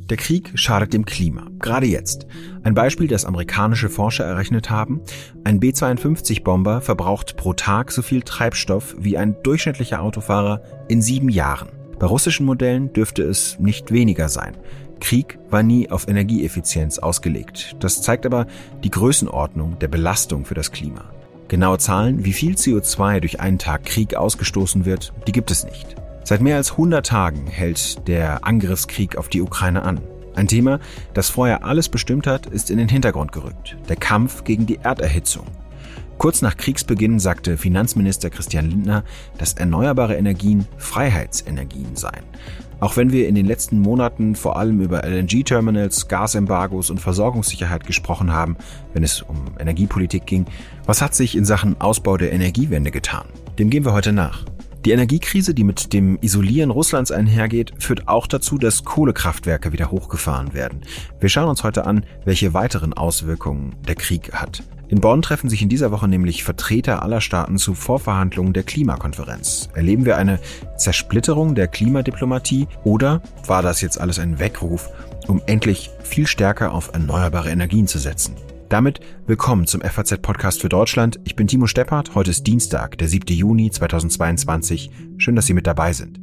Der Krieg schadet dem Klima, gerade jetzt. Ein Beispiel, das amerikanische Forscher errechnet haben: Ein B-52-Bomber verbraucht pro Tag so viel Treibstoff wie ein durchschnittlicher Autofahrer in 7 Jahren. Bei russischen Modellen dürfte es nicht weniger sein. Krieg war nie auf Energieeffizienz ausgelegt. Das zeigt aber die Größenordnung der Belastung für das Klima. Genaue Zahlen, wie viel CO2 durch einen Tag Krieg ausgestoßen wird, die gibt es nicht. Seit mehr als 100 Tagen hält der Angriffskrieg auf die Ukraine an. Ein Thema, das vorher alles bestimmt hat, ist in den Hintergrund gerückt: der Kampf gegen die Erderhitzung. Kurz nach Kriegsbeginn sagte Finanzminister Christian Lindner, dass erneuerbare Energien Freiheitsenergien seien. Auch wenn wir in den letzten Monaten vor allem über LNG-Terminals, Gasembargos und Versorgungssicherheit gesprochen haben, wenn es um Energiepolitik ging, was hat sich in Sachen Ausbau der Energiewende getan? Dem gehen wir heute nach. Die Energiekrise, die mit dem Isolieren Russlands einhergeht, führt auch dazu, dass Kohlekraftwerke wieder hochgefahren werden. Wir schauen uns heute an, welche weiteren Auswirkungen der Krieg hat. In Bonn treffen sich in dieser Woche nämlich Vertreter aller Staaten zu Vorverhandlungen der Klimakonferenz. Erleben wir eine Zersplitterung der Klimadiplomatie oder war das jetzt alles ein Weckruf, um endlich viel stärker auf erneuerbare Energien zu setzen? Damit willkommen zum FAZ-Podcast für Deutschland. Ich bin Timo Steppert. Heute ist Dienstag, der 7. Juni 2022. Schön, dass Sie mit dabei sind.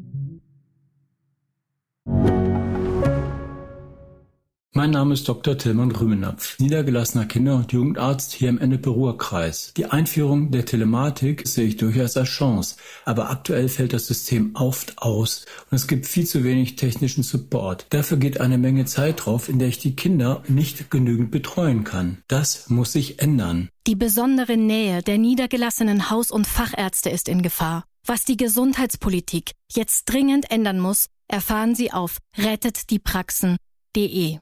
Mein Name ist Dr. Tilman Rümenapf, niedergelassener Kinder- und Jugendarzt hier im Ennepe-Ruhr-Kreis. Die Einführung der Telematik sehe ich durchaus als Chance, aber aktuell fällt das System oft aus und es gibt viel zu wenig technischen Support. Dafür geht eine Menge Zeit drauf, in der ich die Kinder nicht genügend betreuen kann. Das muss sich ändern. Die besondere Nähe der niedergelassenen Haus- und Fachärzte ist in Gefahr. Was die Gesundheitspolitik jetzt dringend ändern muss, erfahren Sie auf rettetdiepraxen.de.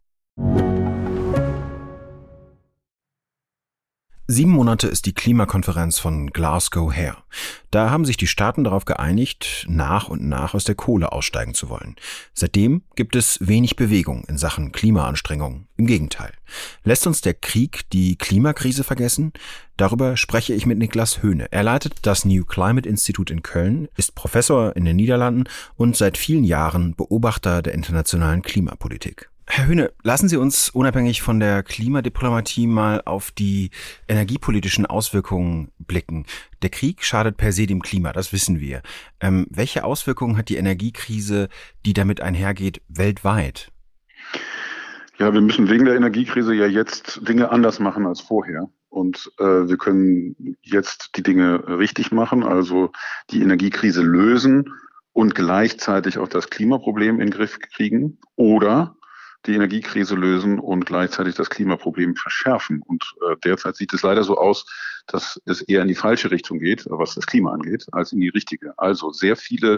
7 Monate ist die Klimakonferenz von Glasgow her. Da haben sich die Staaten darauf geeinigt, nach und nach aus der Kohle aussteigen zu wollen. Seitdem gibt es wenig Bewegung in Sachen Klimaanstrengungen. Im Gegenteil. Lässt uns der Krieg die Klimakrise vergessen? Darüber spreche ich mit Niklas Höhne. Er leitet das New Climate Institute in Köln, ist Professor in den Niederlanden und seit vielen Jahren Beobachter der internationalen Klimapolitik. Herr Höhne, lassen Sie uns unabhängig von der Klimadiplomatie mal auf die energiepolitischen Auswirkungen blicken. Der Krieg schadet per se dem Klima, das wissen wir. Welche Auswirkungen hat die Energiekrise, die damit einhergeht, weltweit? Ja, wir müssen wegen der Energiekrise ja jetzt Dinge anders machen als vorher. Und wir können jetzt die Dinge richtig machen, also die Energiekrise lösen und gleichzeitig auch das Klimaproblem in den Griff kriegen, oder die Energiekrise lösen und gleichzeitig das Klimaproblem verschärfen. Und derzeit sieht es leider so aus, dass es eher in die falsche Richtung geht, was das Klima angeht, als in die richtige. Also sehr viele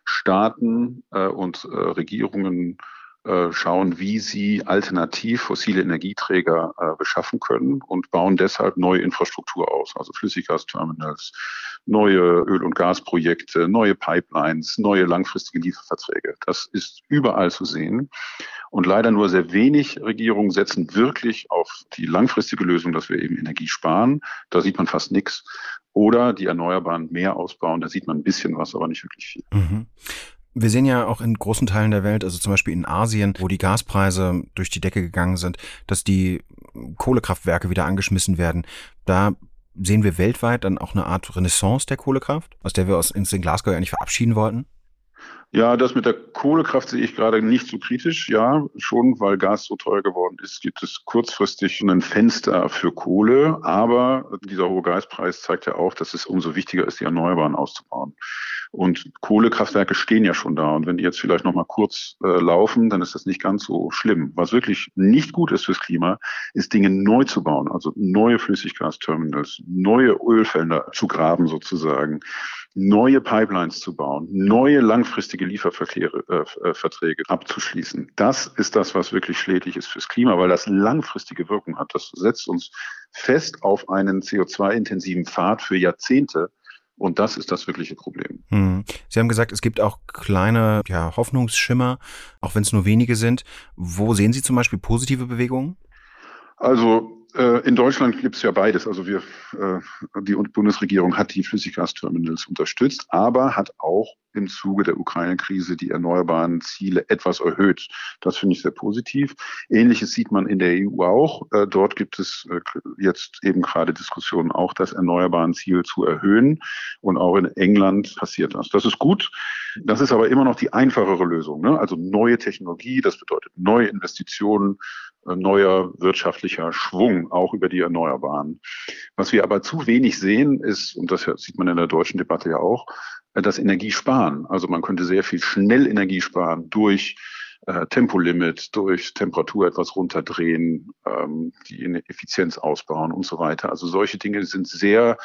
Staaten und Regierungen schauen, wie sie alternativ fossile Energieträger beschaffen können und bauen deshalb neue Infrastruktur aus, also Flüssiggasterminals, neue Öl- und Gasprojekte, neue Pipelines, neue langfristige Lieferverträge. Das ist überall zu sehen. Und leider nur sehr wenig Regierungen setzen wirklich auf die langfristige Lösung, dass wir eben Energie sparen. Da sieht man fast nichts. Oder die Erneuerbaren mehr ausbauen. Da sieht man ein bisschen was, aber nicht wirklich viel. Mhm. Wir sehen ja auch in großen Teilen der Welt, also zum Beispiel in Asien, wo die Gaspreise durch die Decke gegangen sind, dass die Kohlekraftwerke wieder angeschmissen werden. Da sehen wir weltweit dann auch eine Art Renaissance der Kohlekraft, aus der wir uns in Glasgow ja nicht verabschieden wollten. Ja, das mit der Kohlekraft sehe ich gerade nicht so kritisch. Ja, schon, weil Gas so teuer geworden ist, gibt es kurzfristig ein Fenster für Kohle. Aber dieser hohe Gaspreis zeigt ja auch, dass es umso wichtiger ist, die Erneuerbaren auszubauen. Und Kohlekraftwerke stehen ja schon da. Und wenn die jetzt vielleicht noch mal kurz laufen, dann ist das nicht ganz so schlimm. Was wirklich nicht gut ist fürs Klima, ist Dinge neu zu bauen. Also neue Flüssiggasterminals, neue Ölfelder zu graben sozusagen, neue Pipelines zu bauen, neue langfristige Lieferverträge abzuschließen. Das ist das, was wirklich schädlich ist fürs Klima, weil das langfristige Wirkung hat. Das setzt uns fest auf einen CO2-intensiven Pfad für Jahrzehnte. Und das ist das wirkliche Problem. Sie haben gesagt, es gibt auch kleine Hoffnungsschimmer, auch wenn es nur wenige sind. Wo sehen Sie zum Beispiel positive Bewegungen? Also In Deutschland gibt es ja beides. Also die Bundesregierung hat die Flüssiggasterminals unterstützt, aber hat auch im Zuge der Ukraine-Krise die erneuerbaren Ziele etwas erhöht. Das finde ich sehr positiv. Ähnliches sieht man in der EU auch. Dort gibt es jetzt eben gerade Diskussionen, auch das erneuerbaren Ziel zu erhöhen. Und auch in England passiert das. Das ist gut. Das ist aber immer noch die einfachere Lösung, ne? Also neue Technologie, das bedeutet neue Investitionen, neuer wirtschaftlicher Schwung, auch über die Erneuerbaren. Was wir aber zu wenig sehen ist, und das sieht man in der deutschen Debatte ja auch, das Energiesparen. Also man könnte sehr viel schnell Energie sparen durch Tempolimit, durch Temperatur etwas runterdrehen, die Effizienz ausbauen und so weiter. Also solche Dinge sind sehr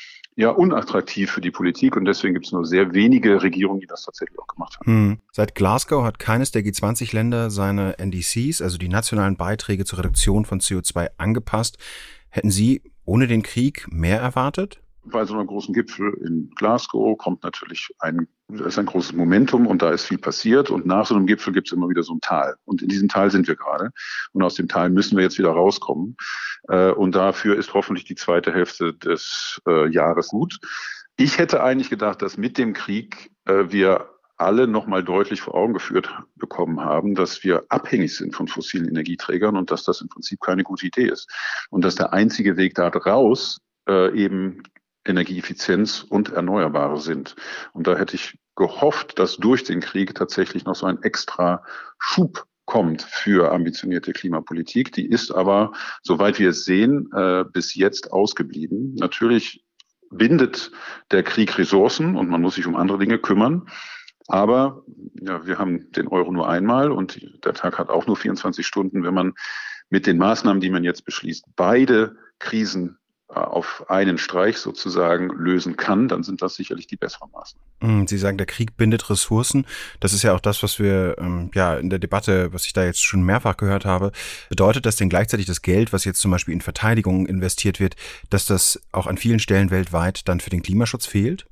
unattraktiv für die Politik und deswegen gibt es nur sehr wenige Regierungen, die das tatsächlich auch gemacht haben. Seit Glasgow hat keines der G20-Länder seine NDCs, also die nationalen Beiträge zur Reduktion von CO2, angepasst. Hätten Sie ohne den Krieg mehr erwartet? Bei so einem großen Gipfel in Glasgow kommt natürlich ein großes Momentum und da ist viel passiert. Und nach so einem Gipfel gibt es immer wieder so ein Tal. Und in diesem Tal sind wir gerade. Und aus dem Tal müssen wir jetzt wieder rauskommen. Und dafür ist hoffentlich die zweite Hälfte des Jahres gut. Ich hätte eigentlich gedacht, dass mit dem Krieg wir alle nochmal deutlich vor Augen geführt bekommen haben, dass wir abhängig sind von fossilen Energieträgern und dass das im Prinzip keine gute Idee ist. Und dass der einzige Weg da raus eben Energieeffizienz und Erneuerbare sind. Und da hätte ich gehofft, dass durch den Krieg tatsächlich noch so ein extra Schub kommt für ambitionierte Klimapolitik. Die ist aber, soweit wir es sehen, bis jetzt ausgeblieben. Natürlich bindet der Krieg Ressourcen und man muss sich um andere Dinge kümmern. Aber wir haben den Euro nur einmal und der Tag hat auch nur 24 Stunden. Wenn man mit den Maßnahmen, die man jetzt beschließt, beide Krisen auf einen Streich sozusagen lösen kann, dann sind das sicherlich die besseren Maßnahmen. Sie sagen, der Krieg bindet Ressourcen. Das ist ja auch das, was wir in der Debatte, was ich da jetzt schon mehrfach gehört habe. Bedeutet das denn gleichzeitig das Geld, was jetzt zum Beispiel in Verteidigung investiert wird, dass das auch an vielen Stellen weltweit dann für den Klimaschutz fehlt?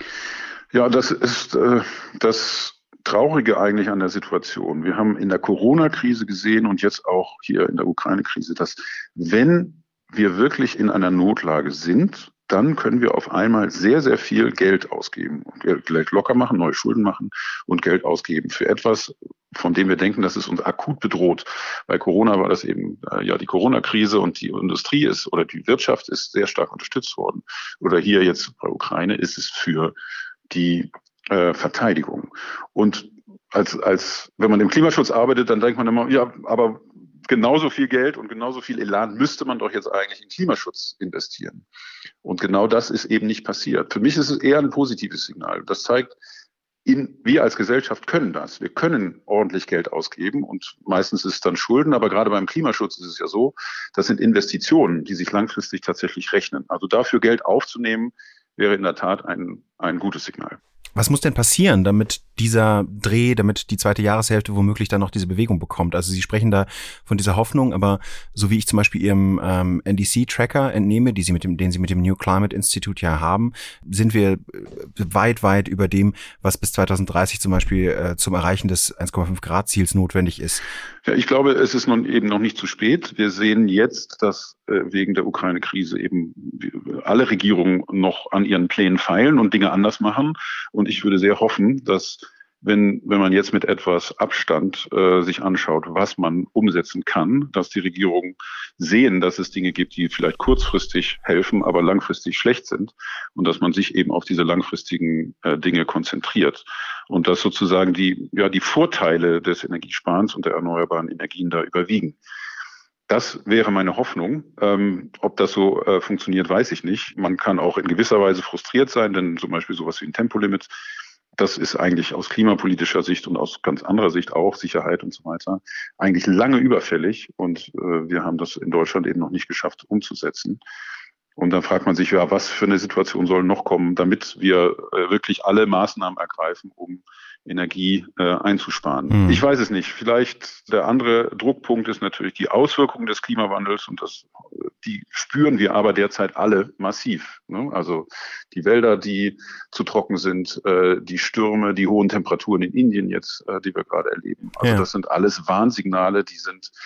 Ja, das ist das Traurige eigentlich an der Situation. Wir haben in der Corona-Krise gesehen und jetzt auch hier in der Ukraine-Krise, dass wenn wir wirklich in einer Notlage sind, dann können wir auf einmal sehr, sehr viel Geld ausgeben und Geld locker machen, neue Schulden machen und Geld ausgeben für etwas, von dem wir denken, dass es uns akut bedroht. Bei Corona war das eben die Corona-Krise und die Industrie ist die Wirtschaft ist sehr stark unterstützt worden. Oder hier jetzt bei Ukraine ist es für die Verteidigung. Und wenn man im Klimaschutz arbeitet, dann denkt man immer, ja, aber genauso viel Geld und genauso viel Elan müsste man doch jetzt eigentlich in Klimaschutz investieren. Und genau das ist eben nicht passiert. Für mich ist es eher ein positives Signal. Das zeigt, wir als Gesellschaft können das. Wir können ordentlich Geld ausgeben und meistens ist es dann Schulden, aber gerade beim Klimaschutz ist es ja so, das sind Investitionen, die sich langfristig tatsächlich rechnen. Also dafür Geld aufzunehmen, wäre in der Tat ein gutes Signal. Was muss denn passieren, damit damit die zweite Jahreshälfte womöglich dann noch diese Bewegung bekommt? Also Sie sprechen da von dieser Hoffnung, aber so wie ich zum Beispiel Ihrem NDC-Tracker entnehme, den Sie mit dem New Climate Institute ja haben, sind wir weit, weit über dem, was bis 2030 zum Beispiel zum Erreichen des 1,5-Grad-Ziels notwendig ist. Ja, ich glaube, es ist eben noch nicht zu spät. Wir sehen jetzt, dass wegen der Ukraine-Krise eben alle Regierungen noch an ihren Plänen feilen und Dinge anders machen. Und ich würde sehr hoffen, dass wenn man jetzt mit etwas Abstand sich anschaut, was man umsetzen kann, dass die Regierungen sehen, dass es Dinge gibt, die vielleicht kurzfristig helfen, aber langfristig schlecht sind und dass man sich eben auf diese langfristigen Dinge konzentriert und dass sozusagen die Vorteile des Energiesparens und der erneuerbaren Energien da überwiegen. Das wäre meine Hoffnung. Ob das so funktioniert, weiß ich nicht. Man kann auch in gewisser Weise frustriert sein, denn zum Beispiel sowas wie ein Tempolimit, das ist eigentlich aus klimapolitischer Sicht und aus ganz anderer Sicht auch, Sicherheit und so weiter, eigentlich lange überfällig. Und wir haben das in Deutschland eben noch nicht geschafft umzusetzen. Und dann fragt man sich, ja, was für eine Situation soll noch kommen, damit wir wirklich alle Maßnahmen ergreifen, um Energie einzusparen. Ich weiß es nicht. Vielleicht der andere Druckpunkt ist natürlich die Auswirkungen des Klimawandels und die spüren wir aber derzeit alle massiv. Ne? Also die Wälder, die zu trocken sind, die Stürme, die hohen Temperaturen in Indien jetzt, die wir gerade erleben. Also das sind alles Warnsignale, die sind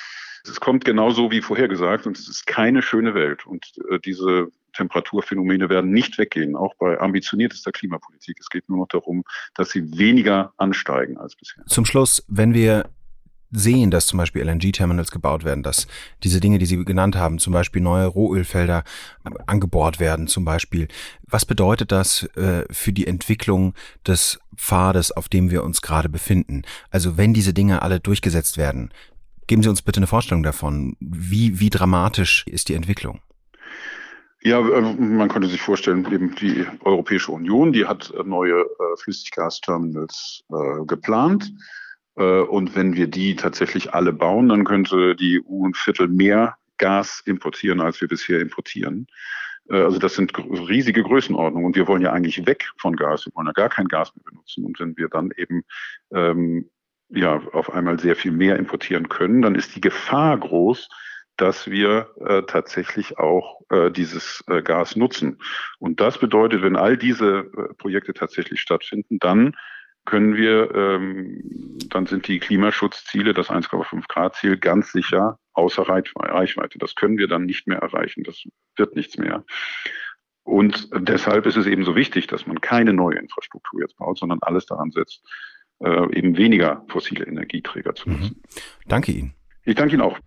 Es kommt genauso wie vorhergesagt und es ist keine schöne Welt. Und diese Temperaturphänomene werden nicht weggehen, auch bei ambitioniertester Klimapolitik. Es geht nur noch darum, dass sie weniger ansteigen als bisher. Zum Schluss, wenn wir sehen, dass zum Beispiel LNG-Terminals gebaut werden, dass diese Dinge, die Sie genannt haben, zum Beispiel neue Rohölfelder angebohrt werden zum Beispiel. Was bedeutet das für die Entwicklung des Pfades, auf dem wir uns gerade befinden? Also wenn diese Dinge alle durchgesetzt werden, geben Sie uns bitte eine Vorstellung davon. Wie dramatisch ist die Entwicklung? Ja, man könnte sich vorstellen, eben die Europäische Union, die hat neue Flüssiggasterminals geplant. Und wenn wir die tatsächlich alle bauen, dann könnte die EU ein Viertel mehr Gas importieren, als wir bisher importieren. Also das sind riesige Größenordnungen. Und wir wollen ja eigentlich weg von Gas. Wir wollen ja gar kein Gas mehr benutzen. Und wenn wir dann eben auf einmal sehr viel mehr importieren können, dann ist die Gefahr groß, dass wir tatsächlich auch dieses Gas nutzen. Und das bedeutet, wenn all diese Projekte tatsächlich stattfinden, dann können wir, dann sind die Klimaschutzziele, das 1,5 Grad Ziel, ganz sicher außer Reichweite. Das können wir dann nicht mehr erreichen. Das wird nichts mehr. Und deshalb ist es eben so wichtig, dass man keine neue Infrastruktur jetzt baut, sondern alles daran setzt, eben weniger fossile Energieträger zu nutzen. Danke Ihnen. Ich danke Ihnen auch.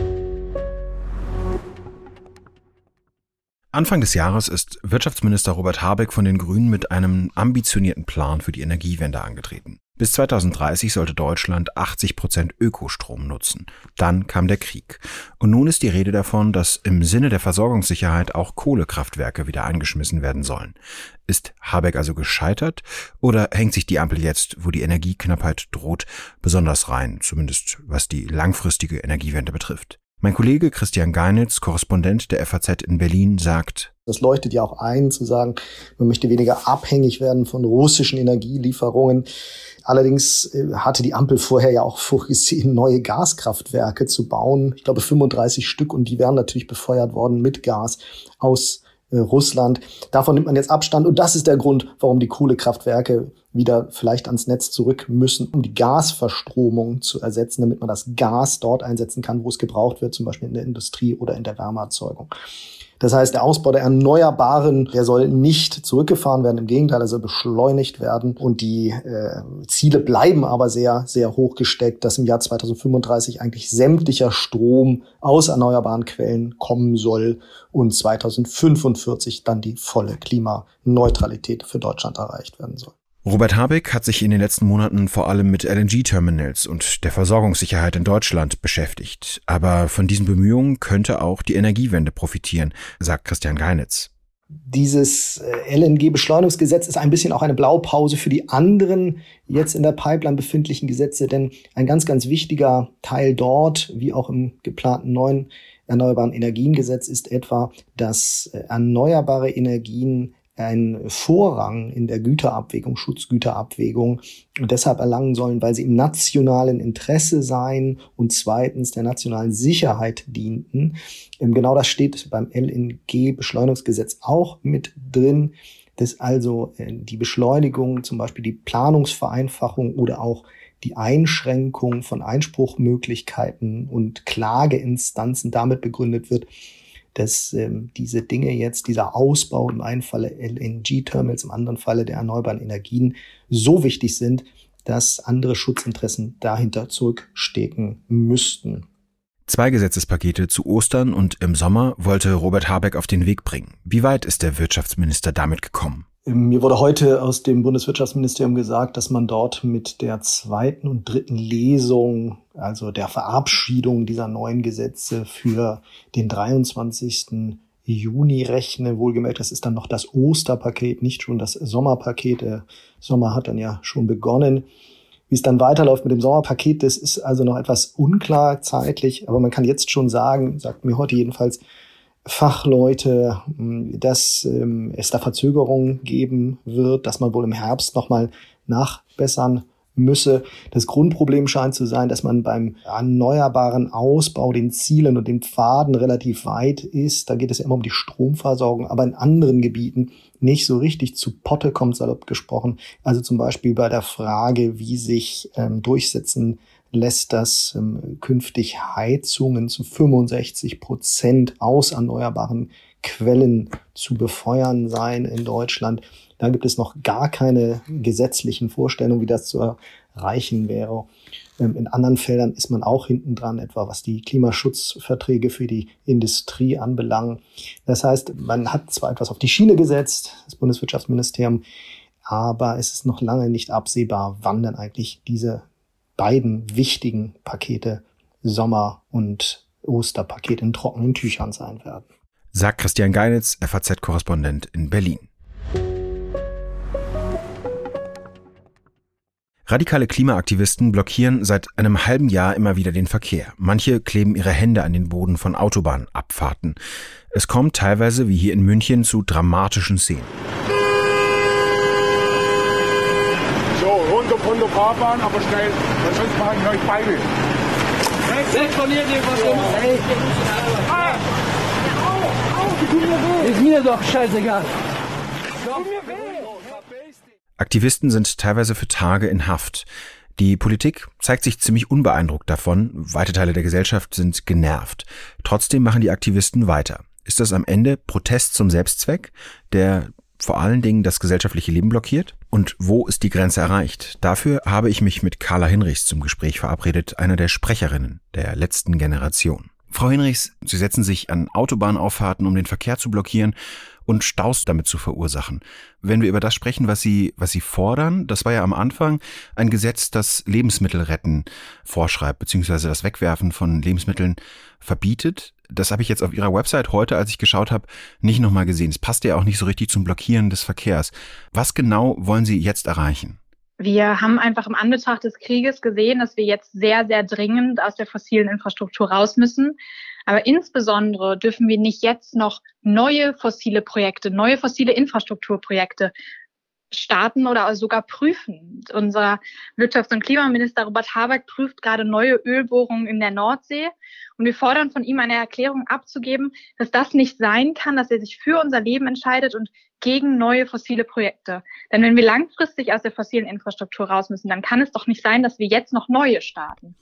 Anfang des Jahres ist Wirtschaftsminister Robert Habeck von den Grünen mit einem ambitionierten Plan für die Energiewende angetreten. Bis 2030 sollte Deutschland 80% Ökostrom nutzen. Dann kam der Krieg. Und nun ist die Rede davon, dass im Sinne der Versorgungssicherheit auch Kohlekraftwerke wieder eingeschmissen werden sollen. Ist Habeck also gescheitert oder hängt sich die Ampel jetzt, wo die Energieknappheit droht, besonders rein, zumindest was die langfristige Energiewende betrifft? Mein Kollege Christian Geinitz, Korrespondent der FAZ in Berlin, sagt: Das leuchtet ja auch ein, zu sagen, man möchte weniger abhängig werden von russischen Energielieferungen. Allerdings hatte die Ampel vorher ja auch vorgesehen, neue Gaskraftwerke zu bauen. Ich glaube 35 Stück, und die wären natürlich befeuert worden mit Gas aus Russland. Davon nimmt man jetzt Abstand, und das ist der Grund, warum die Kohlekraftwerke wieder vielleicht ans Netz zurück müssen, um die Gasverstromung zu ersetzen, damit man das Gas dort einsetzen kann, wo es gebraucht wird, zum Beispiel in der Industrie oder in der Wärmeerzeugung. Das heißt, der Ausbau der Erneuerbaren, der soll nicht zurückgefahren werden, im Gegenteil, er soll beschleunigt werden. Und die Ziele bleiben aber sehr, sehr hoch gesteckt, dass im Jahr 2035 eigentlich sämtlicher Strom aus erneuerbaren Quellen kommen soll und 2045 dann die volle Klimaneutralität für Deutschland erreicht werden soll. Robert Habeck hat sich in den letzten Monaten vor allem mit LNG-Terminals und der Versorgungssicherheit in Deutschland beschäftigt. Aber von diesen Bemühungen könnte auch die Energiewende profitieren, sagt Christian Geinitz. Dieses LNG-Beschleunigungsgesetz ist ein bisschen auch eine Blaupause für die anderen jetzt in der Pipeline befindlichen Gesetze, denn ein ganz, ganz wichtiger Teil dort, wie auch im geplanten neuen Erneuerbaren Energiengesetz, ist etwa, dass erneuerbare Energien einen Vorrang in der Güterabwägung, Schutzgüterabwägung, und deshalb erlangen sollen, weil sie im nationalen Interesse seien und zweitens der nationalen Sicherheit dienten. Genau das steht beim LNG-Beschleunigungsgesetz auch mit drin, dass also die Beschleunigung, zum Beispiel die Planungsvereinfachung oder auch die Einschränkung von Einspruchmöglichkeiten und Klageinstanzen damit begründet wird, dass diese Dinge jetzt, dieser Ausbau im einen Falle LNG-Terminals, im anderen Falle der erneuerbaren Energien so wichtig sind, dass andere Schutzinteressen dahinter zurückstecken müssten. 2 Gesetzespakete zu Ostern und im Sommer wollte Robert Habeck auf den Weg bringen. Wie weit ist der Wirtschaftsminister damit gekommen? Mir wurde heute aus dem Bundeswirtschaftsministerium gesagt, dass man dort mit der 2. und 3. Lesung, also der Verabschiedung dieser neuen Gesetze, für den 23. Juni rechne. Wohlgemerkt, das ist dann noch das Osterpaket, nicht schon das Sommerpaket. Der Sommer hat dann ja schon begonnen. Wie es dann weiterläuft mit dem Sommerpaket, das ist also noch etwas unklar zeitlich. Aber man kann jetzt schon sagen, sagt mir heute jedenfalls Fachleute, dass es da Verzögerungen geben wird, dass man wohl im Herbst nochmal nachbessern müsse. Das Grundproblem scheint zu sein, dass man beim erneuerbaren Ausbau den Zielen und den Pfaden relativ weit ist. Da geht es ja immer um die Stromversorgung, aber in anderen Gebieten nicht so richtig zu Potte kommt, salopp gesprochen. Also zum Beispiel bei der Frage, wie sich durchsetzen lässt das künftig Heizungen zu 65% aus erneuerbaren Quellen zu befeuern sein in Deutschland. Da gibt es noch gar keine gesetzlichen Vorstellungen, wie das zu erreichen wäre. In anderen Feldern ist man auch hinten dran, etwa was die Klimaschutzverträge für die Industrie anbelangt. Das heißt, man hat zwar etwas auf die Schiene gesetzt, das Bundeswirtschaftsministerium, aber es ist noch lange nicht absehbar, wann denn eigentlich diese beiden wichtigen Pakete, Sommer- und Osterpaket, in trockenen Tüchern sein werden. Sagt Christian Geinitz, FAZ-Korrespondent in Berlin. Radikale Klimaaktivisten blockieren seit einem halben Jahr immer wieder den Verkehr. Manche kleben ihre Hände an den Boden von Autobahnabfahrten. Es kommt teilweise, wie hier in München, zu dramatischen Szenen. So, runter von der Fahrbahn, aber schnell, weil sonst machen wir euch beide. Weg von hier, Ist mir doch scheißegal. Aktivisten sind teilweise für Tage in Haft. Die Politik zeigt sich ziemlich unbeeindruckt davon. Weite Teile der Gesellschaft sind genervt. Trotzdem machen die Aktivisten weiter. Ist das am Ende Protest zum Selbstzweck, der vor allen Dingen das gesellschaftliche Leben blockiert? Und wo ist die Grenze erreicht? Dafür habe ich mich mit Carla Hinrichs zum Gespräch verabredet, einer der Sprecherinnen der letzten Generation. Frau Hinrichs, Sie setzen sich an Autobahnauffahrten, um den Verkehr zu blockieren und Staus damit zu verursachen. Wenn wir über das sprechen, was Sie fordern, das war ja am Anfang ein Gesetz, das Lebensmittelretten vorschreibt, beziehungsweise das Wegwerfen von Lebensmitteln verbietet. Das habe ich jetzt auf Ihrer Website heute, als ich geschaut habe, nicht nochmal gesehen. Es passt ja auch nicht so richtig zum Blockieren des Verkehrs. Was genau wollen Sie jetzt erreichen? Wir haben einfach im Anbetracht des Krieges gesehen, dass wir jetzt sehr, sehr dringend aus der fossilen Infrastruktur raus müssen. Aber insbesondere dürfen wir nicht jetzt noch neue fossile Projekte, neue fossile Infrastrukturprojekte starten oder sogar prüfen. Unser Wirtschafts- und Klimaminister Robert Habeck prüft gerade neue Ölbohrungen in der Nordsee. Und wir fordern von ihm, eine Erklärung abzugeben, dass das nicht sein kann, dass er sich für unser Leben entscheidet und gegen neue fossile Projekte. Denn wenn wir langfristig aus der fossilen Infrastruktur raus müssen, dann kann es doch nicht sein, dass wir jetzt noch neue starten.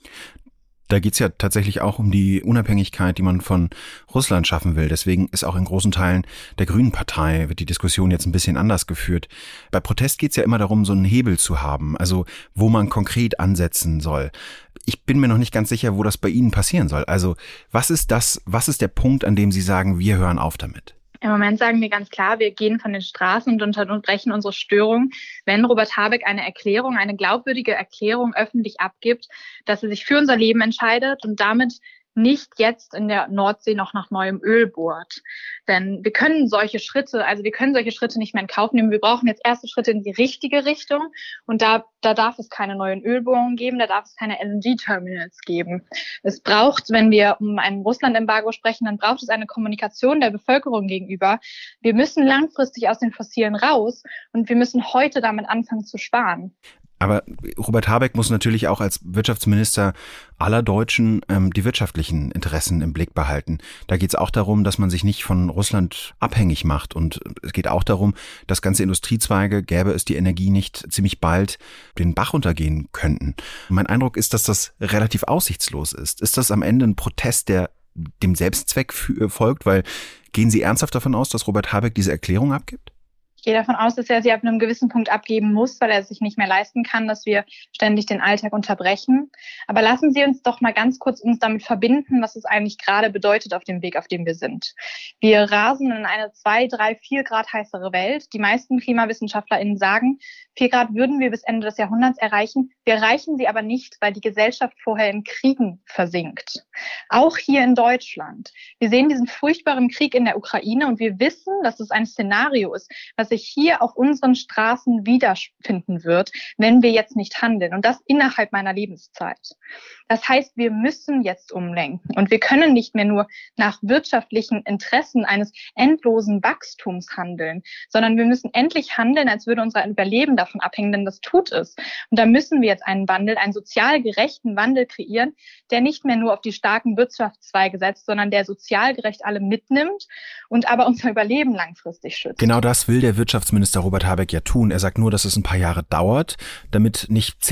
Da geht's ja tatsächlich auch um die Unabhängigkeit, die man von Russland schaffen will. Deswegen ist auch in großen Teilen der Grünen Partei, wird die Diskussion jetzt ein bisschen anders geführt. Bei Protest geht's ja immer darum, so einen Hebel zu haben, also wo man konkret ansetzen soll. Ich bin mir noch nicht ganz sicher, wo das bei Ihnen passieren soll. Also was ist der Punkt, an dem Sie sagen, wir hören auf damit? Im Moment sagen wir ganz klar, wir gehen von den Straßen und unterbrechen unsere Störung, wenn Robert Habeck eine Erklärung, eine glaubwürdige Erklärung öffentlich abgibt, dass er sich für unser Leben entscheidet und damit nicht jetzt in der Nordsee noch nach neuem Öl bohrt. Denn wir können solche Schritte nicht mehr in Kauf nehmen. Wir brauchen jetzt erste Schritte in die richtige Richtung. Und da darf es keine neuen Ölbohrungen geben, da darf es keine LNG-Terminals geben. Es braucht, wenn wir um ein Russland-Embargo sprechen, dann braucht es eine Kommunikation der Bevölkerung gegenüber. Wir müssen langfristig aus den Fossilen raus und wir müssen heute damit anfangen zu sparen. Aber Robert Habeck muss natürlich auch als Wirtschaftsminister aller Deutschen die wirtschaftlichen Interessen im Blick behalten. Da geht es auch darum, dass man sich nicht von Russland abhängig macht. Und es geht auch darum, dass ganze Industriezweige, gäbe es die Energie nicht, ziemlich bald den Bach runtergehen könnten. Mein Eindruck ist, dass das relativ aussichtslos ist. Ist das am Ende ein Protest, der dem Selbstzweck folgt? Weil gehen Sie ernsthaft davon aus, dass Robert Habeck diese Erklärung abgibt? Ich gehe davon aus, dass er sie ab einem gewissen Punkt abgeben muss, weil er sich nicht mehr leisten kann, dass wir ständig den Alltag unterbrechen. Aber lassen Sie uns doch mal ganz kurz uns damit verbinden, was es eigentlich gerade bedeutet auf dem Weg, auf dem wir sind. Wir rasen in eine 2, 3, 4 Grad heißere Welt. Die meisten KlimawissenschaftlerInnen sagen, 4 Grad würden wir bis Ende des Jahrhunderts erreichen. Wir erreichen sie aber nicht, weil die Gesellschaft vorher in Kriegen versinkt. Auch hier in Deutschland. Wir sehen diesen furchtbaren Krieg in der Ukraine und wir wissen, dass es ein Szenario ist, was sich hier auf unseren Straßen wiederfinden wird, wenn wir jetzt nicht handeln. Und das innerhalb meiner Lebenszeit. Das heißt, wir müssen jetzt umlenken. Und wir können nicht mehr nur nach wirtschaftlichen Interessen eines endlosen Wachstums handeln, sondern wir müssen endlich handeln, als würde unser Überleben davon abhängen, denn das tut es. Und da müssen wir jetzt einen sozial gerechten Wandel kreieren, der nicht mehr nur auf die starken Wirtschaftszweige setzt, sondern der sozial gerecht alle mitnimmt und aber unser Überleben langfristig schützt. Genau das will der Wirtschaftsminister Robert Habeck ja tun. Er sagt nur, dass es ein paar Jahre dauert, damit nicht zig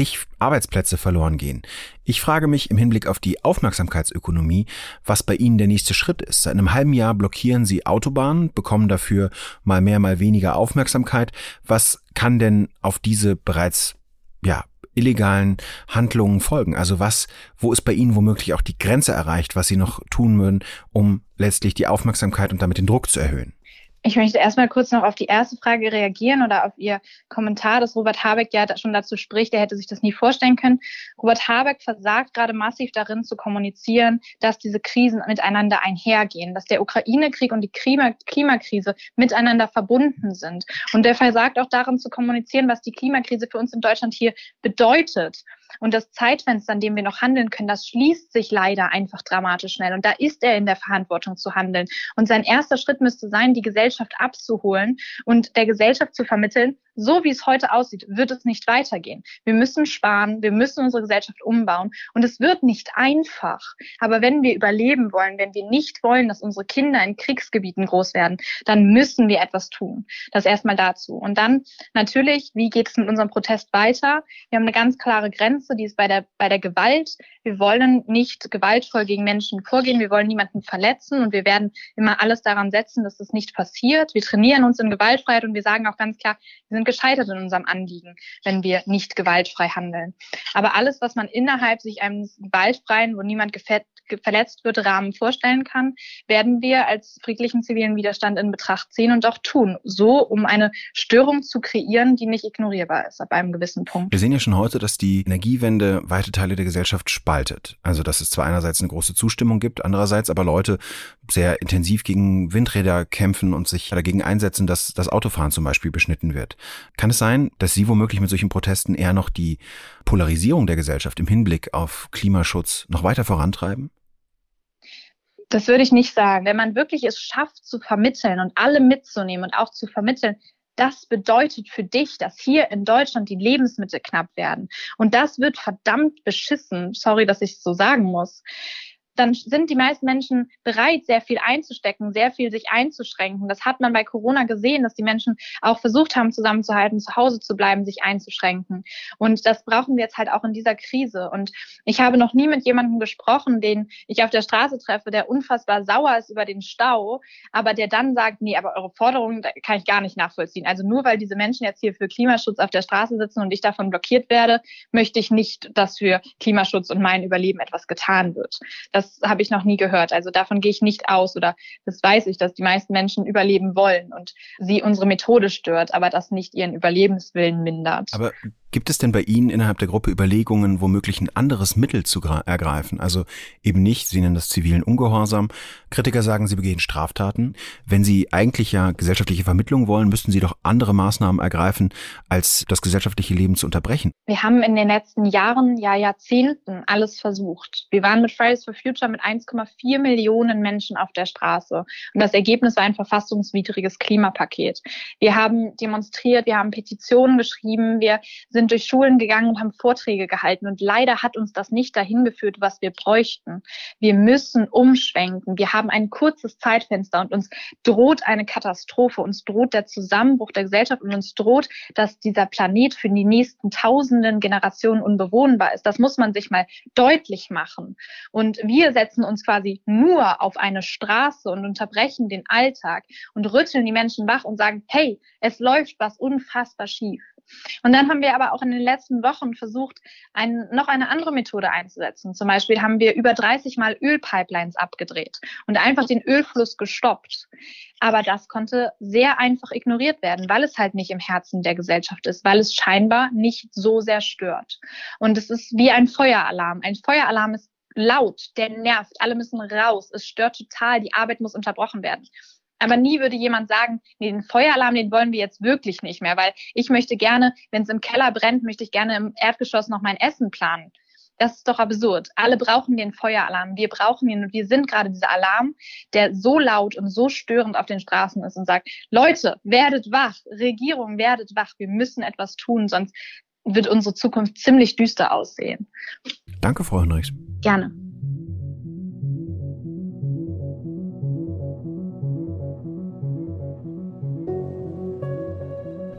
Arbeitsplätze verloren gehen. Ich frage mich im Hinblick auf die Aufmerksamkeitsökonomie, was bei Ihnen der nächste Schritt ist. Seit einem halben Jahr blockieren Sie Autobahnen, bekommen dafür mal mehr, mal weniger Aufmerksamkeit. Was kann denn auf diese bereits, illegalen Handlungen folgen? Also wo ist bei Ihnen womöglich auch die Grenze erreicht, was Sie noch tun würden, um letztlich die Aufmerksamkeit und damit den Druck zu erhöhen? Ich möchte erstmal kurz noch auf die erste Frage reagieren oder auf Ihr Kommentar, dass Robert Habeck ja schon dazu spricht, er hätte sich das nie vorstellen können. Robert Habeck versagt gerade massiv darin zu kommunizieren, dass diese Krisen miteinander einhergehen, dass der Ukraine-Krieg und die Klimakrise miteinander verbunden sind. Und der versagt auch darin zu kommunizieren, was die Klimakrise für uns in Deutschland hier bedeutet. Und das Zeitfenster, in dem wir noch handeln können, das schließt sich leider einfach dramatisch schnell. Und da ist er in der Verantwortung zu handeln. Und sein erster Schritt müsste sein, die Gesellschaft abzuholen und der Gesellschaft zu vermitteln, so wie es heute aussieht, wird es nicht weitergehen. Wir müssen sparen, wir müssen unsere Gesellschaft umbauen. Und es wird nicht einfach. Aber wenn wir überleben wollen, wenn wir nicht wollen, dass unsere Kinder in Kriegsgebieten groß werden, dann müssen wir etwas tun. Das erstmal dazu. Und dann natürlich, wie geht es mit unserem Protest weiter? Wir haben eine ganz klare Grenze, die ist bei der Gewalt. Wir wollen nicht gewaltvoll gegen Menschen vorgehen. Wir wollen niemanden verletzen. Und wir werden immer alles daran setzen, dass das nicht passiert. Wir trainieren uns in Gewaltfreiheit und wir sagen auch ganz klar, wir sind gescheitert in unserem Anliegen, wenn wir nicht gewaltfrei handeln. Aber alles, was man innerhalb sich eines gewaltfreien, wo niemand verletzt wird, Rahmen vorstellen kann, werden wir als friedlichen zivilen Widerstand in Betracht ziehen und auch tun. So, um eine Störung zu kreieren, die nicht ignorierbar ist ab einem gewissen Punkt. Wir sehen ja schon heute, dass die Energiewende weite Teile der Gesellschaft spaltet. Also, dass es zwar einerseits eine große Zustimmung gibt, andererseits aber Leute sehr intensiv gegen Windräder kämpfen und sich dagegen einsetzen, dass das Autofahren zum Beispiel beschnitten wird. Kann es sein, dass Sie womöglich mit solchen Protesten eher noch die Polarisierung der Gesellschaft im Hinblick auf Klimaschutz noch weiter vorantreiben? Das würde ich nicht sagen. Wenn man wirklich es schafft zu vermitteln und alle mitzunehmen und auch zu vermitteln, das bedeutet für dich, dass hier in Deutschland die Lebensmittel knapp werden. Und das wird verdammt beschissen. Sorry, dass ich es so sagen muss. Dann sind die meisten Menschen bereit, sehr viel einzustecken, sehr viel sich einzuschränken. Das hat man bei Corona gesehen, dass die Menschen auch versucht haben, zusammenzuhalten, zu Hause zu bleiben, sich einzuschränken. Und das brauchen wir jetzt halt auch in dieser Krise. Und ich habe noch nie mit jemandem gesprochen, den ich auf der Straße treffe, der unfassbar sauer ist über den Stau, aber der dann sagt, nee, aber eure Forderungen kann ich gar nicht nachvollziehen. Also nur weil diese Menschen jetzt hier für Klimaschutz auf der Straße sitzen und ich davon blockiert werde, möchte ich nicht, dass für Klimaschutz und mein Überleben etwas getan wird. Das habe ich noch nie gehört. Also davon gehe ich nicht aus oder das weiß ich, dass die meisten Menschen überleben wollen und sie unsere Methode stört, aber das nicht ihren Überlebenswillen mindert. Aber gibt es denn bei Ihnen innerhalb der Gruppe Überlegungen, womöglich ein anderes Mittel zu ergreifen? Also eben nicht, Sie nennen das zivilen Ungehorsam. Kritiker sagen, Sie begehen Straftaten. Wenn Sie eigentlich ja gesellschaftliche Vermittlung wollen, müssten Sie doch andere Maßnahmen ergreifen, als das gesellschaftliche Leben zu unterbrechen. Wir haben in den letzten Jahren, Jahrzehnten alles versucht. Wir waren mit Fridays for Future mit 1,4 Millionen Menschen auf der Straße. Und das Ergebnis war ein verfassungswidriges Klimapaket. Wir haben demonstriert, wir haben Petitionen geschrieben, wir sind durch Schulen gegangen und haben Vorträge gehalten. Und leider hat uns das nicht dahin geführt, was wir bräuchten. Wir müssen umschwenken. Wir haben ein kurzes Zeitfenster und uns droht eine Katastrophe. Uns droht der Zusammenbruch der Gesellschaft und uns droht, dass dieser Planet für die nächsten tausenden Generationen unbewohnbar ist. Das muss man sich mal deutlich machen. Und wir setzen uns quasi nur auf eine Straße und unterbrechen den Alltag und rütteln die Menschen wach und sagen, hey, es läuft was unfassbar schief. Und dann haben wir aber auch in den letzten Wochen versucht, noch eine andere Methode einzusetzen. Zum Beispiel haben wir über 30 Mal Ölpipelines abgedreht und einfach den Ölfluss gestoppt. Aber das konnte sehr einfach ignoriert werden, weil es halt nicht im Herzen der Gesellschaft ist, weil es scheinbar nicht so sehr stört. Und es ist wie ein Feueralarm. Ein Feueralarm ist laut, der nervt, alle müssen raus, es stört total, die Arbeit muss unterbrochen werden. Aber nie würde jemand sagen, nee, den Feueralarm, den wollen wir jetzt wirklich nicht mehr, weil ich möchte gerne, wenn es im Keller brennt, möchte ich gerne im Erdgeschoss noch mein Essen planen. Das ist doch absurd. Alle brauchen den Feueralarm. Wir brauchen ihn und wir sind gerade dieser Alarm, der so laut und so störend auf den Straßen ist und sagt, Leute, werdet wach, Regierung, werdet wach, wir müssen etwas tun, sonst wird unsere Zukunft ziemlich düster aussehen. Danke, Frau Hinrichs. Gerne.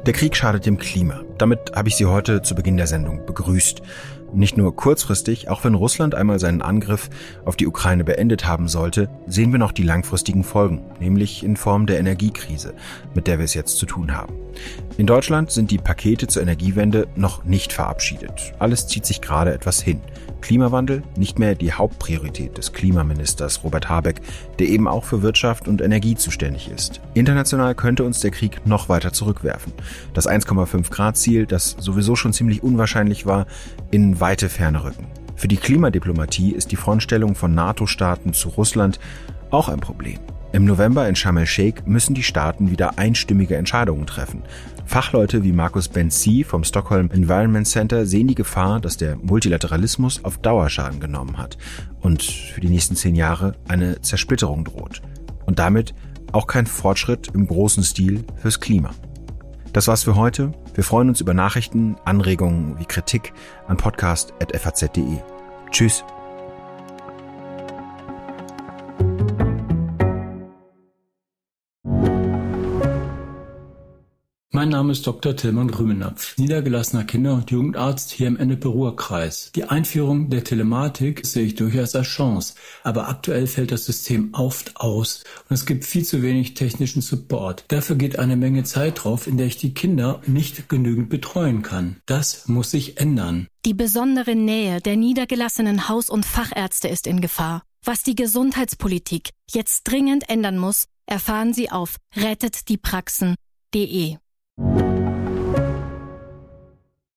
Der Krieg schadet dem Klima. Damit habe ich Sie heute zu Beginn der Sendung begrüßt. Nicht nur kurzfristig, auch wenn Russland einmal seinen Angriff auf die Ukraine beendet haben sollte, sehen wir noch die langfristigen Folgen, nämlich in Form der Energiekrise, mit der wir es jetzt zu tun haben. In Deutschland sind die Pakete zur Energiewende noch nicht verabschiedet. Alles zieht sich gerade etwas hin. Klimawandel nicht mehr die Hauptpriorität des Klimaministers Robert Habeck, der eben auch für Wirtschaft und Energie zuständig ist. International könnte uns der Krieg noch weiter zurückwerfen. Das 1,5-Grad-Ziel, das sowieso schon ziemlich unwahrscheinlich war, in weite Ferne rücken. Für die Klimadiplomatie ist die Frontstellung von NATO-Staaten zu Russland auch ein Problem. Im November in Sharm el-Sheikh müssen die Staaten wieder einstimmige Entscheidungen treffen. Fachleute wie Markus Ben-Zi vom Stockholm Environment Center sehen die Gefahr, dass der Multilateralismus auf Dauer Schaden genommen hat und für die nächsten 10 Jahre eine Zersplitterung droht. Und damit auch kein Fortschritt im großen Stil fürs Klima. Das war's für heute. Wir freuen uns über Nachrichten, Anregungen wie Kritik an podcast@faz.de. Tschüss. Mein Name ist Dr. Tilman Rümenapf, niedergelassener Kinder- und Jugendarzt hier im Ennepe-Ruhr-Kreis. Die Einführung der Telematik sehe ich durchaus als Chance, aber aktuell fällt das System oft aus und es gibt viel zu wenig technischen Support. Dafür geht eine Menge Zeit drauf, in der ich die Kinder nicht genügend betreuen kann. Das muss sich ändern. Die besondere Nähe der niedergelassenen Haus- und Fachärzte ist in Gefahr. Was die Gesundheitspolitik jetzt dringend ändern muss, erfahren Sie auf rettetdiepraxen.de.